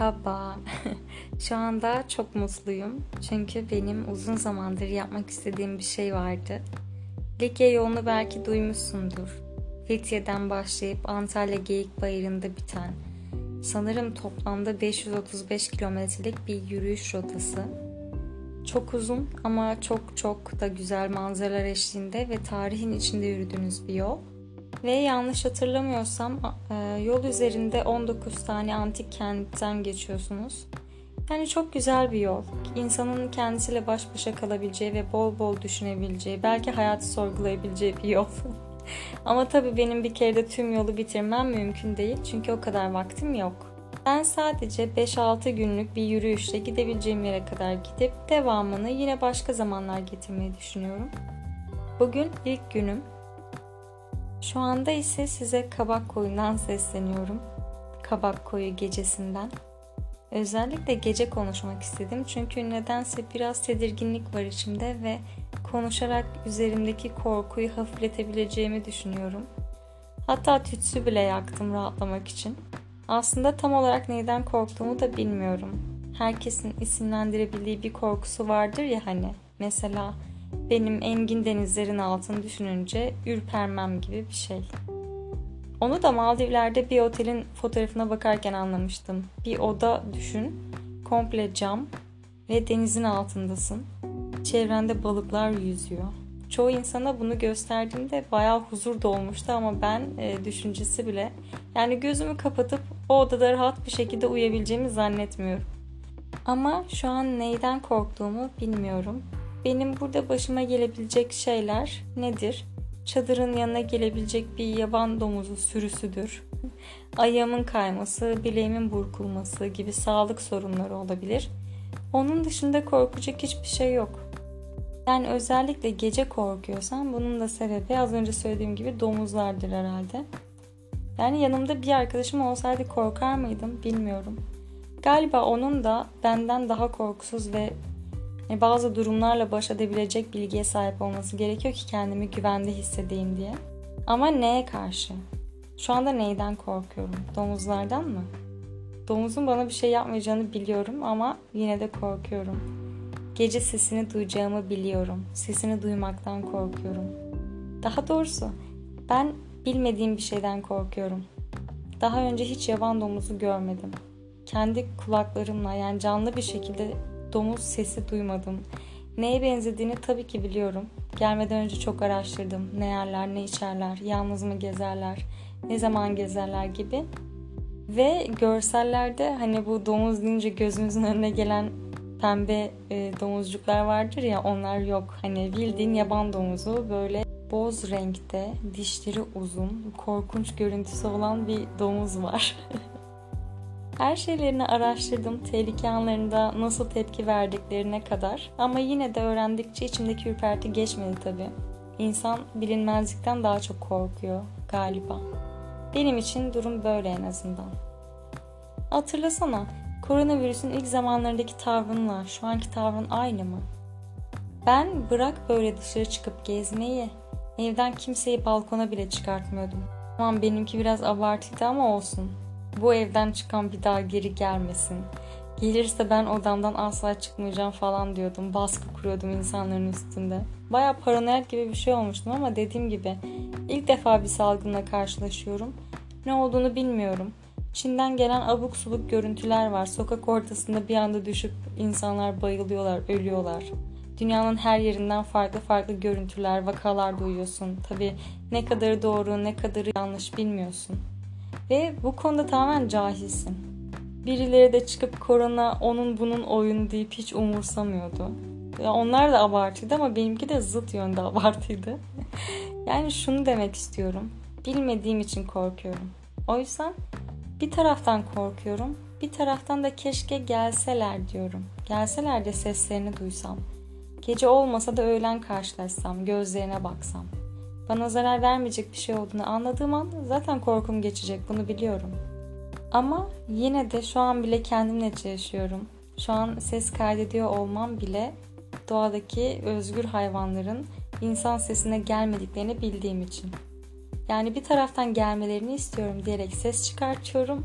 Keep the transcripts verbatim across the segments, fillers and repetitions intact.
Merhaba. Şu anda çok mutluyum. Çünkü benim uzun zamandır yapmak istediğim bir şey vardı. Likya yolunu belki duymuşsundur. Fethiye'den başlayıp Antalya Geyikbayırı'nda biten, sanırım toplamda beş yüz otuz beş kilometrelik bir yürüyüş rotası. Çok uzun ama çok çok da güzel manzaralar eşliğinde ve tarihin içinde yürüdüğünüz bir yol. Ve yanlış hatırlamıyorsam yol üzerinde on dokuz tane antik kentten geçiyorsunuz. Yani çok güzel bir yol. İnsanın kendisiyle baş başa kalabileceği ve bol bol düşünebileceği, belki hayatı sorgulayabileceği bir yol. Ama tabii benim bir kere de tüm yolu bitirmem mümkün değil. Çünkü o kadar vaktim yok. Ben sadece beş altı günlük bir yürüyüşle gidebileceğim yere kadar gidip devamını yine başka zamanlar getirmeyi düşünüyorum. Bugün ilk günüm. Şu anda ise size Kabakkoyu'ndan sesleniyorum. Kabakkoyu gecesinden. Özellikle gece konuşmak istedim çünkü nedense biraz tedirginlik var içimde ve konuşarak üzerimdeki korkuyu hafifletebileceğimi düşünüyorum. Hatta tütsü bile yaktım rahatlamak için. Aslında tam olarak neyden korktuğumu da bilmiyorum. Herkesin isimlendirebildiği bir korkusu vardır ya hani. Mesela benim engin denizlerin altını düşününce ürpermem gibi bir şey. Onu da Maldivler'de bir otelin fotoğrafına bakarken anlamıştım. Bir oda düşün, komple cam ve denizin altındasın. Çevrende balıklar yüzüyor. Çoğu insana bunu gösterdiğimde bayağı huzur dolmuştu ama ben e, düşüncesi bile, yani gözümü kapatıp o odada rahat bir şekilde uyuyabileceğimi zannetmiyorum. Ama şu an neyden korktuğumu bilmiyorum. Benim burada başıma gelebilecek şeyler nedir? Çadırın yanına gelebilecek bir yaban domuzu sürüsüdür. Ayağımın kayması, bileğimin burkulması gibi sağlık sorunları olabilir. Onun dışında korkacak hiçbir şey yok. Yani özellikle gece korkuyorsam bunun da sebebi az önce söylediğim gibi domuzlardır herhalde. Yani yanımda bir arkadaşım olsaydı korkar mıydım bilmiyorum. Galiba onun da benden daha korkusuz ve bazı durumlarla baş edebilecek bilgiye sahip olması gerekiyor ki kendimi güvende hissedeyim diye. Ama neye karşı? Şu anda neyden korkuyorum? Domuzlardan mı? Domuzun bana bir şey yapmayacağını biliyorum ama yine de korkuyorum. Gece sesini duyacağımı biliyorum. Sesini duymaktan korkuyorum. Daha doğrusu ben bilmediğim bir şeyden korkuyorum. Daha önce hiç yaban domuzu görmedim. Kendi kulaklarımla, yani canlı bir şekilde domuz sesi duymadım. Neye benzediğini tabii ki biliyorum. Gelmeden önce çok araştırdım. Ne yerler, ne içerler, yalnız mı gezerler, ne zaman gezerler gibi. Ve görsellerde hani bu domuz deyince gözümüzün önüne gelen pembe e, domuzcuklar vardır ya, onlar yok. Hani bildiğin yaban domuzu, böyle boz renkte, dişleri uzun, korkunç görüntüsü olan bir domuz var. Her şeylerini araştırdım, tehlike anlarında nasıl tepki verdiklerine kadar. Ama yine de öğrendikçe içimdeki ürperti geçmedi tabii. İnsan bilinmezlikten daha çok korkuyor galiba. Benim için durum böyle en azından. Hatırlasana, koronavirüsün ilk zamanlarındaki tavrınla şu anki tavrın aynı mı? Ben bırak böyle dışarı çıkıp gezmeyi, evden kimseyi balkona bile çıkartmıyordum. Tamam, benimki biraz abartıydı ama olsun. Bu evden çıkan bir daha geri gelmesin. Gelirse ben odamdan asla çıkmayacağım falan diyordum. Baskı kuruyordum insanların üstünde. Bayağı paranoyak gibi bir şey olmuştum ama dediğim gibi ilk defa bir salgınla karşılaşıyorum. Ne olduğunu bilmiyorum. Çin'den gelen abuk subuk görüntüler var. Sokak ortasında bir anda düşüp insanlar bayılıyorlar, ölüyorlar. Dünyanın her yerinden farklı farklı görüntüler, vakalar duyuyorsun. Tabii ne kadarı doğru, ne kadarı yanlış bilmiyorsun. Ve bu konuda tamamen cahilsin. Birileri de çıkıp korona onun bunun oyunu deyip hiç umursamıyordu. Ya onlar da abartıydı ama benimki de zıt yönde abartıydı. Yani şunu demek istiyorum. Bilmediğim için korkuyorum. O yüzden bir taraftan korkuyorum, bir taraftan da keşke gelseler diyorum. Gelseler de seslerini duysam. Gece olmasa da öğlen karşılaşsam, gözlerine baksam. Bana zarar vermeyecek bir şey olduğunu anladığım an zaten korkum geçecek, bunu biliyorum. Ama yine de şu an bile kendimle yaşıyorum. Şu an ses kaydediyor olmam bile doğadaki özgür hayvanların insan sesine gelmediklerini bildiğim için. Yani bir taraftan gelmelerini istiyorum diyerek ses çıkartıyorum.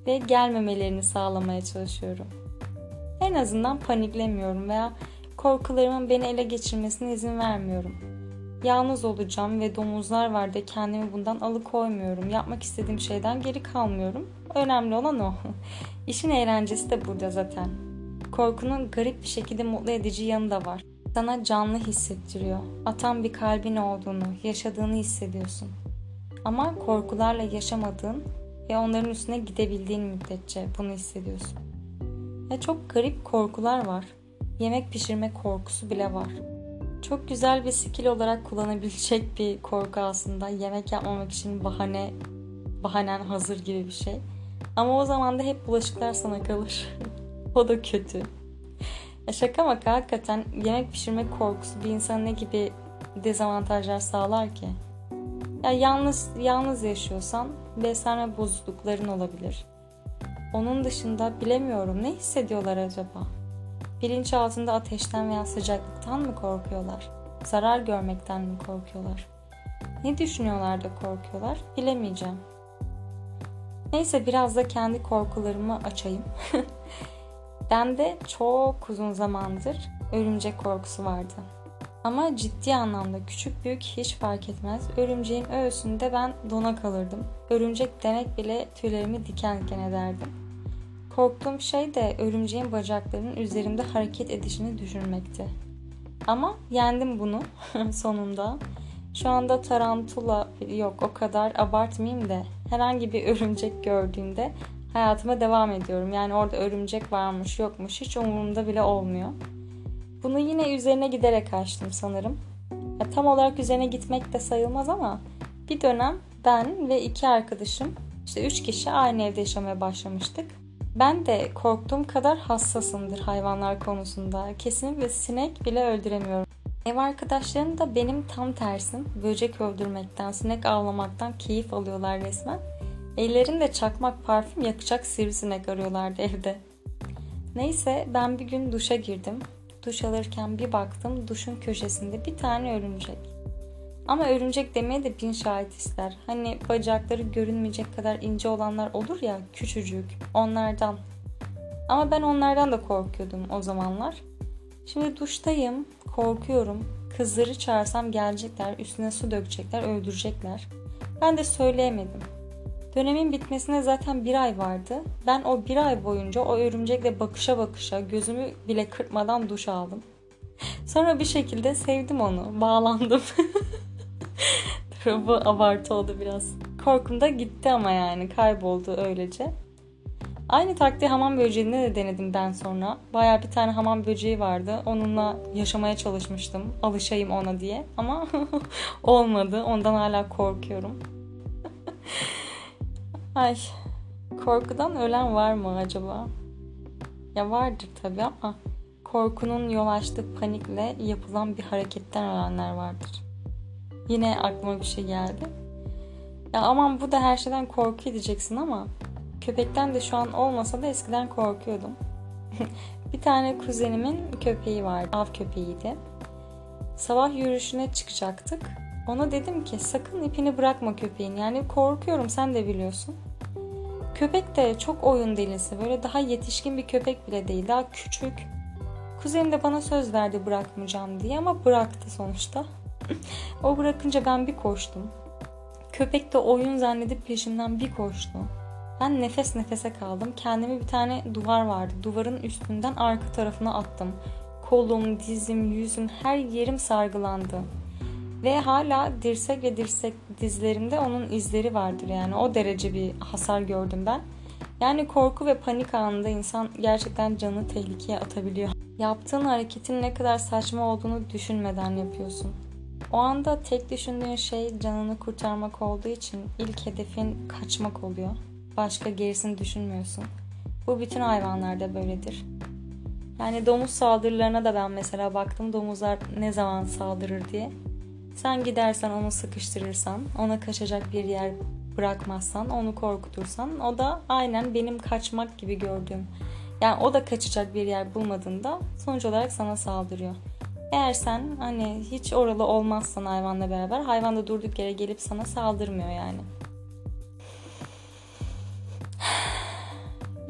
ve gelmemelerini sağlamaya çalışıyorum. En azından paniklemiyorum veya korkularımın beni ele geçirmesine izin vermiyorum. Yalnız olacağım ve domuzlar var diye kendimi bundan alıkoymuyorum. Yapmak istediğim şeyden geri kalmıyorum. Önemli olan o. İşin eğlencesi de burada zaten. Korkunun garip bir şekilde mutlu edici yanı da var. Sana canlı hissettiriyor. Atan bir kalbin olduğunu, yaşadığını hissediyorsun. Ama korkularla yaşamadığın ve onların üstüne gidebildiğin müddetçe bunu hissediyorsun. Ve çok garip korkular var. Yemek pişirme korkusu bile var. Çok güzel bir skill olarak kullanabilecek bir korku aslında. Yemek yapmamak için bahane, bahanen hazır gibi bir şey. Ama o zaman da hep bulaşıklar sana kalır. O da kötü. Ya şaka maka hakikaten yemek pişirme korkusu bir insana ne gibi dezavantajlar sağlar ki? Ya yalnız yalnız yaşıyorsan beslenme bozuklukların olabilir. Onun dışında bilemiyorum, ne hissediyorlar acaba? Bilinçaltında ateşten veya sıcaklıktan mı korkuyorlar? Zarar görmekten mi korkuyorlar? Ne düşünüyorlar da korkuyorlar? Bilemeyeceğim. Neyse biraz da kendi korkularımı açayım. Bende çok uzun zamandır örümcek korkusu vardı. Ama ciddi anlamda küçük büyük hiç fark etmez. Örümceğin öğüsünde ben dona kalırdım. Örümcek demek bile tüylerimi diken diken ederdim. Korktuğum şey de örümceğin bacaklarının üzerimde hareket edişini düşünmekti. Ama yendim bunu sonunda. Şu anda tarantula yok, o kadar abartmayayım da herhangi bir örümcek gördüğümde hayatıma devam ediyorum. Yani orada örümcek varmış yokmuş hiç umurumda bile olmuyor. Bunu yine üzerine giderek aştım sanırım. Ya, tam olarak üzerine gitmek de sayılmaz ama bir dönem ben ve iki arkadaşım, işte üç kişi aynı evde yaşamaya başlamıştık. Ben de korktuğum kadar hassasımdır hayvanlar konusunda. Kesinlikle sinek bile öldüremiyorum. Ev arkadaşlarım da benim tam tersim. Böcek öldürmekten, sinek avlamaktan keyif alıyorlar resmen. Ellerinde çakmak parfüm yakacak sivrisinek arıyorlardı evde. Neyse ben bir gün duşa girdim. Duş alırken bir baktım duşun köşesinde bir tane örümcek. Ama örümcek demeye de bin şahit ister. Hani bacakları görünmeyecek kadar ince olanlar olur ya, küçücük, onlardan. Ama ben onlardan da korkuyordum o zamanlar. Şimdi duştayım, korkuyorum. Kızları çağırsam gelecekler, üstüne su dökecekler, öldürecekler. Ben de söyleyemedim. Dönemin bitmesine zaten bir ay vardı. Ben o bir ay boyunca o örümcekle bakışa bakışa gözümü bile kırpmadan duş aldım. Sonra bir şekilde sevdim onu, bağlandım. Bu abartı oldu biraz. Korkum da gitti ama yani kayboldu öylece. Aynı taktiği hamam böceğinde de denedim ben sonra. Bayağı bir tane hamam böceği vardı. Onunla yaşamaya çalışmıştım. Alışayım ona diye. Ama olmadı. Ondan hala korkuyorum. Ay, korkudan ölen var mı acaba? Ya vardır tabii ama korkunun yol açtığı panikle yapılan bir hareketten ölenler vardır. Yine aklıma bir şey geldi. Ya aman bu da her şeyden korku edeceksin ama köpekten de şu an olmasa da eskiden korkuyordum. Bir tane kuzenimin köpeği vardı. Av köpeğiydi. Sabah yürüyüşüne çıkacaktık. Ona dedim ki sakın ipini bırakma köpeğin. Yani korkuyorum, sen de biliyorsun. Köpek de çok oyun delisi. Böyle daha yetişkin bir köpek bile değil. Daha küçük. Kuzenim de bana söz verdi bırakmayacağım diye ama bıraktı sonuçta. O bırakınca ben bir koştum. Köpek de oyun zannedip peşimden bir koştu. Ben nefes nefese kaldım. Kendimi bir tane duvar vardı. Duvarın üstünden arka tarafına attım. Kolum, dizim, yüzüm, her yerim sargılandı. Ve hala dirsek ve dirsek dizlerimde onun izleri vardır yani. O derece bir hasar gördüm ben. Yani korku ve panik anında insan gerçekten canını tehlikeye atabiliyor. Yaptığın hareketin ne kadar saçma olduğunu düşünmeden yapıyorsun. O anda tek düşündüğün şey canını kurtarmak olduğu için ilk hedefin kaçmak oluyor. Başka gerisini düşünmüyorsun. Bu bütün hayvanlarda böyledir. Yani domuz saldırılarına da ben mesela baktım, domuzlar ne zaman saldırır diye. Sen gidersen onu sıkıştırırsan, ona kaçacak bir yer bırakmazsan, onu korkutursan o da aynen benim kaçmak gibi gördüğüm. Yani o da kaçacak bir yer bulmadığında sonuç olarak sana saldırıyor. Eğer sen hani hiç oralı olmazsan hayvanla beraber, hayvan da durduk yere gelip sana saldırmıyor yani.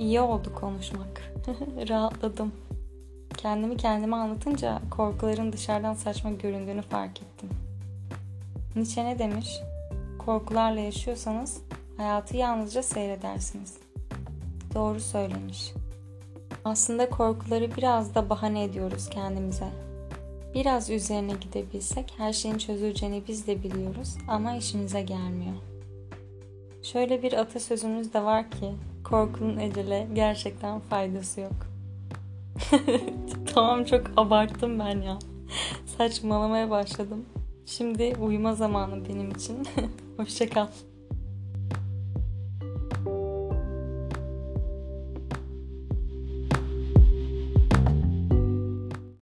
İyi oldu konuşmak. Rahatladım. Kendimi kendime anlatınca korkuların dışarıdan saçma göründüğünü fark ettim. Nietzsche ne demiş? Korkularla yaşıyorsanız hayatı yalnızca seyredersiniz. Doğru söylemiş. Aslında korkuları biraz da bahane ediyoruz kendimize. Biraz üzerine gidebilsek her şeyin çözüleceğini biz de biliyoruz ama işimize gelmiyor. Şöyle bir atasözümüz de var ki, korkunun ecele gerçekten faydası yok. Tamam, çok abarttım ben ya. Saçmalamaya başladım. Şimdi uyuma zamanı benim için. Hoşça kal.